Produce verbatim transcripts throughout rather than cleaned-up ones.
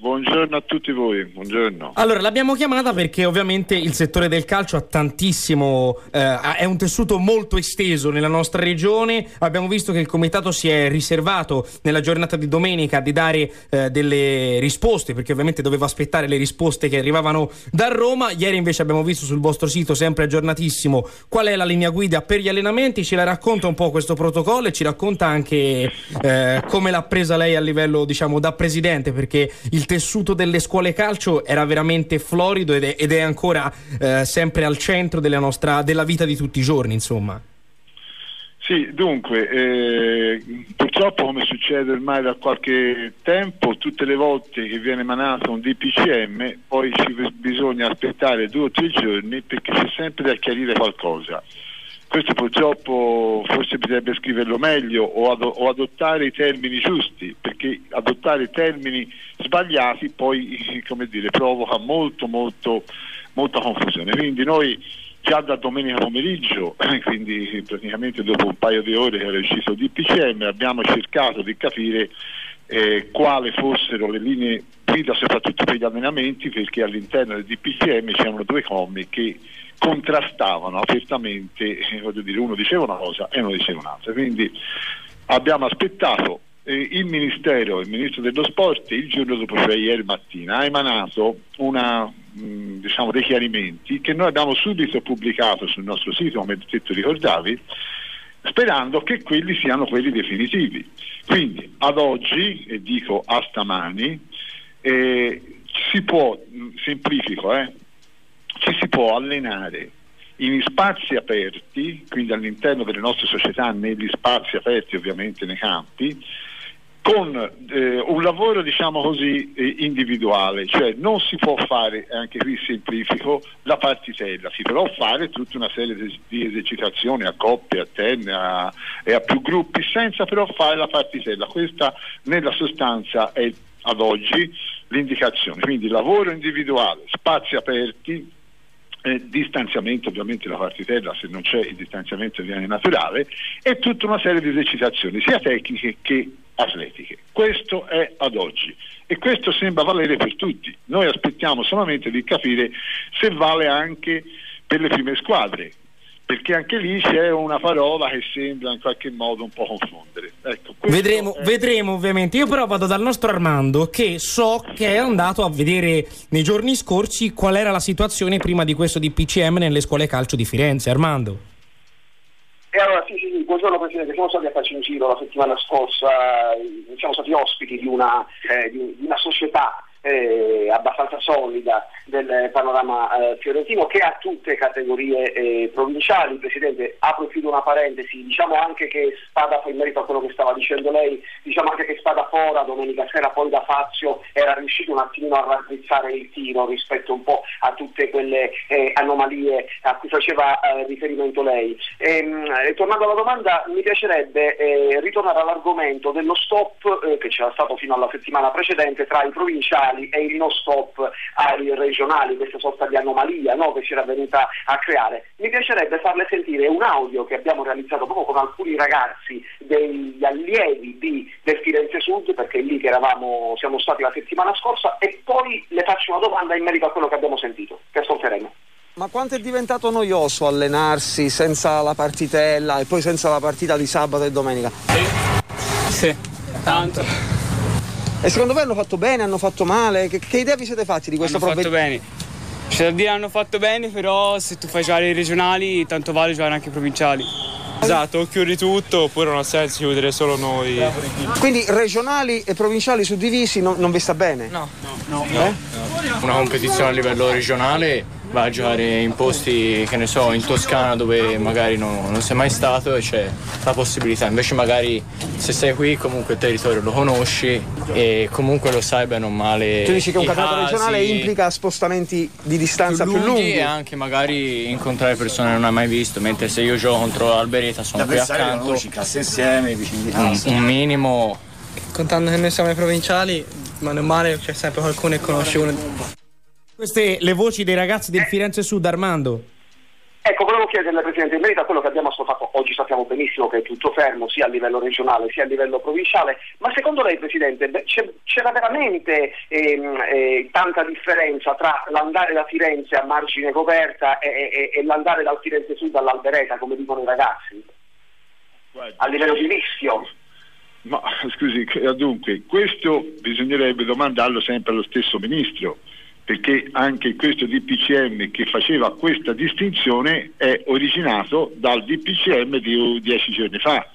buongiorno a tutti voi, buongiorno. Allora, l'abbiamo chiamata perché ovviamente il settore del calcio ha tantissimo, eh, è un tessuto molto esteso nella nostra regione. Abbiamo visto che il comitato si è riservato nella giornata di domenica di dare eh, delle risposte, perché ovviamente doveva aspettare le risposte che arrivavano da Roma. Ieri invece abbiamo visto sul vostro sito, sempre aggiornatissimo, qual è la linea guida per gli allenamenti. Ce la racconta un po' questo protocollo e ci racconta anche eh, come l'ha presa lei a livello, diciamo, da presidente, perché il tessuto delle scuole calcio era veramente florido ed è, ed è ancora eh, sempre al centro della nostra della vita di tutti i giorni, insomma. Sì, dunque, eh, purtroppo, come succede ormai da qualche tempo, tutte le volte che viene emanato un D P C M poi ci bisogna aspettare due o tre giorni, perché c'è sempre da chiarire qualcosa. Questo purtroppo forse bisognerebbe scriverlo meglio o, ad, o adottare i termini giusti, perché adottare termini sbagliati poi, come dire, provoca molto molto molta confusione. Quindi noi già da domenica pomeriggio, quindi praticamente dopo un paio di ore che era uscito il D P C M, abbiamo cercato di capire eh, quali fossero le linee guida soprattutto per gli allenamenti, perché all'interno del D P C M c'erano due commi che contrastavano apertamente, eh, voglio dire, uno diceva una cosa e uno diceva un'altra. Quindi abbiamo aspettato, eh, il Ministero, il Ministro dello Sport il giorno dopo, cioè ieri mattina, ha emanato una, mh, diciamo, dei chiarimenti che noi abbiamo subito pubblicato sul nostro sito, come te tu ricordavi, sperando che quelli siano quelli definitivi. Quindi ad oggi, e dico a stamani, eh, si può, mh, semplifico, eh, ci si può allenare in spazi aperti, quindi all'interno delle nostre società, negli spazi aperti ovviamente nei campi, con eh, un lavoro, diciamo così, eh, individuale, cioè non si può fare, anche qui semplifico, la partitella, si può fare tutta una serie di, di esercitazioni a coppie, a tenne a, e a più gruppi, senza però fare la partitella. Questa nella sostanza è ad oggi l'indicazione, quindi lavoro individuale, spazi aperti, Eh, distanziamento, ovviamente la partitella, se non c'è il distanziamento viene naturale, e tutta una serie di esercitazioni sia tecniche che atletiche. Questo è ad oggi e questo sembra valere per tutti. Noi aspettiamo solamente di capire se vale anche per le prime squadre, perché anche lì c'è una parola che sembra in qualche modo un po' confondere. Ecco, vedremo, è... vedremo ovviamente. Io però vado dal nostro Armando, che so che è andato a vedere nei giorni scorsi qual era la situazione prima di questo D P C M nelle scuole calcio di Firenze. Armando. E allora sì, sì, sì, buongiorno Presidente, siamo stati a farci un giro la settimana scorsa, siamo stati ospiti di una, eh, di, di una società Eh, abbastanza solida del panorama eh, fiorentino, che ha tutte categorie eh, provinciali. Presidente, apro e chiudo una parentesi, diciamo anche che Spada, in merito a quello che stava dicendo lei, diciamo anche che Spadafora domenica sera poi da Fazio era riuscito un attimino a raddrizzare il tiro rispetto un po' a tutte quelle eh, anomalie a cui faceva eh, riferimento lei. Ehm, eh, tornando alla domanda, mi piacerebbe eh, ritornare all'argomento dello stop eh, che c'era stato fino alla settimana precedente tra i provinciali e il no stop ai regionali, questa sorta di anomalia, no, che si era venuta a creare. Mi piacerebbe farle sentire un audio che abbiamo realizzato proprio con alcuni ragazzi degli allievi di, del Firenze Sud, perché è lì che eravamo, siamo stati la settimana scorsa, e poi le faccio una domanda in merito a quello che abbiamo sentito, che ascolteremo. Ma quanto è diventato noioso allenarsi senza la partitella e poi senza la partita di sabato e domenica? Sì, sì, tanto. E secondo voi hanno fatto bene, hanno fatto male? Che, che idea vi siete fatti di questo provvedimento? Hanno fatto bene. C'è da dire, hanno fatto bene, però se tu fai giocare i regionali, tanto vale giocare anche i provinciali. Esatto, o chiudi tutto oppure non ha senso chiudere solo noi. Quindi regionali e provinciali suddivisi non, non vi sta bene? No, no, no. no. no. Una competizione a livello regionale va a giocare in posti, che ne so, in Toscana, dove magari non, non sei mai stato e c'è la possibilità. Invece magari se sei qui comunque il territorio lo conosci e comunque lo sai bene o male. Tu dici che un campionato regionale implica spostamenti di distanza più lunghi, più lunghi e anche magari incontrare persone che non hai mai visto, mentre se io gioco contro l'Albereta sono qui accanto, conosci, classe insieme, vicini di casa. Un, un minimo. Contando che noi siamo i provinciali, ma non male c'è sempre qualcuno che conosce uno. Queste le voci dei ragazzi del Firenze Sud, Armando. Ecco, volevo chiederle, Presidente, in merito a quello che abbiamo ascoltato, oggi sappiamo benissimo che è tutto fermo sia a livello regionale sia a livello provinciale, ma secondo lei, Presidente, c'è, c'era veramente ehm, eh, tanta differenza tra l'andare da Firenze a Margine Coperta e, e, e l'andare dal Firenze Sud all'Albereta, come dicono i ragazzi? Guarda, a livello di rischio? Ma scusi, dunque, questo bisognerebbe domandarlo sempre allo stesso Ministro, perché anche questo D P C M che faceva questa distinzione è originato dal D P C M di dieci giorni fa.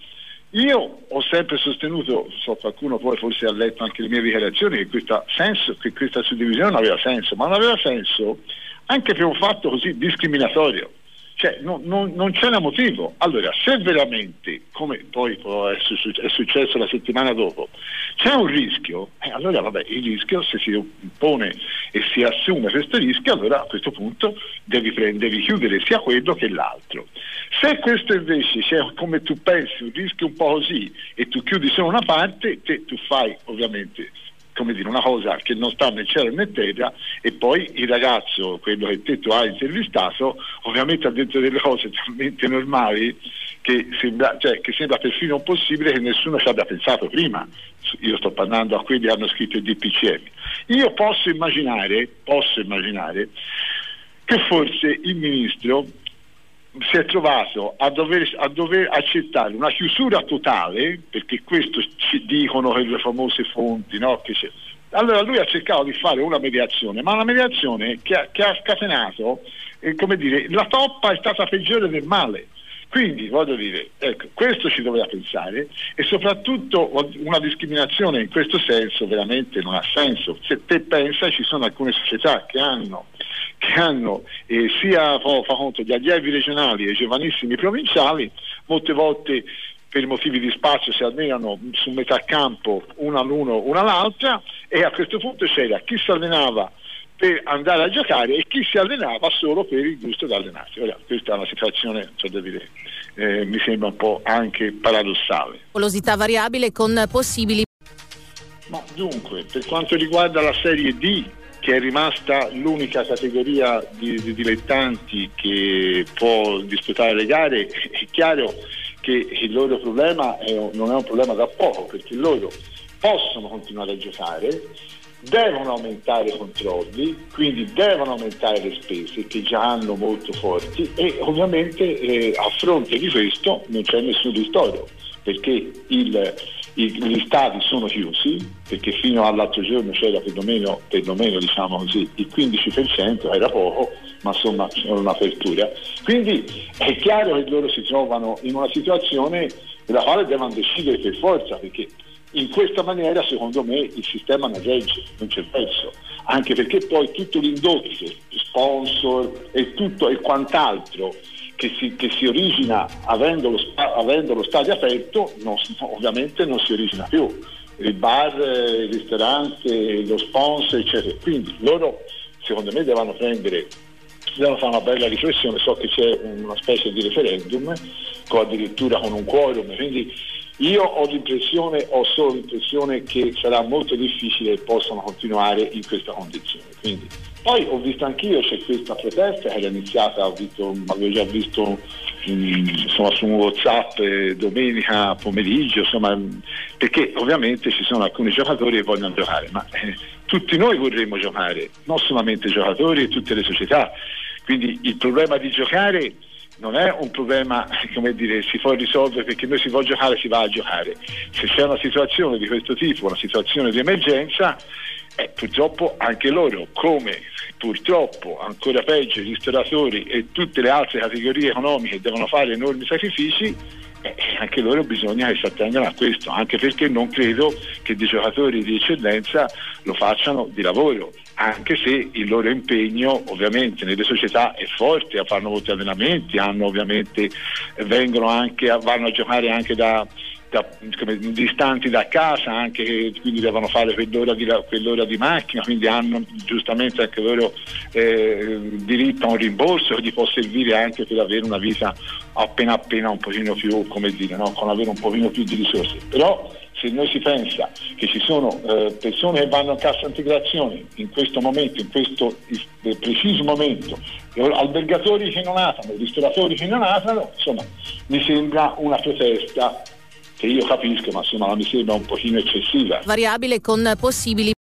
Io ho sempre sostenuto, so qualcuno poi forse ha letto anche le mie dichiarazioni, che, questa senso, che questa suddivisione non aveva senso, ma non aveva senso anche per un fatto così discriminatorio. Cioè non, non, non c'era motivo. Allora, se veramente, come poi è successo la settimana dopo, c'è un rischio, eh, allora vabbè, il rischio, se si pone e si assume questo rischio, allora a questo punto devi, prendere, devi chiudere sia quello che l'altro. Se questo invece c'è, come tu pensi, un rischio un po' così e tu chiudi solo una parte, te, tu fai ovviamente, come dire, una cosa che non sta né cielo né terra, e poi il ragazzo, quello che te tu hai intervistato, ovviamente ha detto delle cose talmente normali che sembra, cioè, che sembra perfino impossibile che nessuno ci abbia pensato prima. Io sto parlando a quelli che hanno scritto il D P C M. Io posso immaginare, posso immaginare che forse il ministro si è trovato a dover, a dover accettare una chiusura totale, perché questo ci dicono che le famose fonti, no? Che c'è. Allora lui ha cercato di fare una mediazione, ma una mediazione che ha, che ha scatenato, eh, come dire, la toppa è stata peggiore del male. Quindi voglio dire, ecco, questo ci doveva pensare, e soprattutto una discriminazione in questo senso veramente non ha senso. Se te pensa, ci sono alcune società che hanno che hanno eh, sia fa, fa conto di allievi regionali e giovanissimi provinciali, molte volte per motivi di spazio si allenano su metà campo, una all'uno, una all'altra, e a questo punto c'era chi si allenava per andare a giocare e chi si allenava solo per il gusto di allenarsi. Ora, questa è una situazione, cioè, da dire, eh, mi sembra un po' anche paradossale. Velocità variabile con possibili. Ma dunque, per quanto riguarda la Serie D, che è rimasta l'unica categoria di, di dilettanti che può disputare le gare, è chiaro che il loro problema è, non è un problema da poco, perché loro possono continuare a giocare, devono aumentare i controlli, quindi devono aumentare le spese che già hanno molto forti, e ovviamente eh, a fronte di questo non c'è nessun ristoro, perché il gli stadi sono chiusi, perché fino all'altro giorno c'era perlomeno, perlomeno diciamo così, il quindici per cento, era poco, ma insomma c'era un'apertura. Quindi è chiaro che loro si trovano in una situazione nella quale devono decidere per forza, perché in questa maniera secondo me il sistema non regge, non c'è verso, anche perché poi tutto l'indotto, sponsor e tutto e quant'altro Che si, che si origina avendo lo, avendo lo stadio aperto, non, ovviamente non si origina più. Il bar, il ristorante, lo sponsor, eccetera. Quindi loro, secondo me, devono prendere, devono fare una bella riflessione. So che c'è una specie di referendum, con addirittura con un quorum, quindi io ho l'impressione, ho solo l'impressione che sarà molto difficile che possano continuare in questa condizione. Quindi, poi ho visto anch'io, c'è questa protesta che era iniziata, ho visto, avevo già visto mh, insomma, su un WhatsApp eh, domenica pomeriggio, insomma, perché ovviamente ci sono alcuni giocatori che vogliono giocare, ma eh, tutti noi vorremmo giocare, non solamente i giocatori e tutte le società. Quindi il problema di giocare non è un problema, come dire, si può risolvere perché noi si può giocare, si va a giocare. Se c'è una situazione di questo tipo, una situazione di emergenza, eh, purtroppo anche loro, come purtroppo ancora peggio i ristoratori e tutte le altre categorie economiche devono fare enormi sacrifici, eh, anche loro bisogna che si attengano a questo, anche perché non credo che dei giocatori di eccellenza lo facciano di lavoro, anche se il loro impegno ovviamente nelle società è forte, fanno molti allenamenti, hanno ovviamente vengono anche vanno a giocare anche da, da come, distanti da casa, anche quindi devono fare quell'ora di, quell'ora di macchina, quindi hanno giustamente anche loro eh, diritto a un rimborso che gli può servire anche per avere una vita appena appena un pochino più, come dire, no? Con avere un pochino più di risorse. Però se noi si pensa che ci sono eh, persone che vanno a cassa integrazione in questo momento, in questo eh, preciso momento, albergatori che non aprono, ristoratori che non aprono, insomma mi sembra una protesta che io capisco, ma insomma mi sembra un pochino eccessiva. Variabile con possibili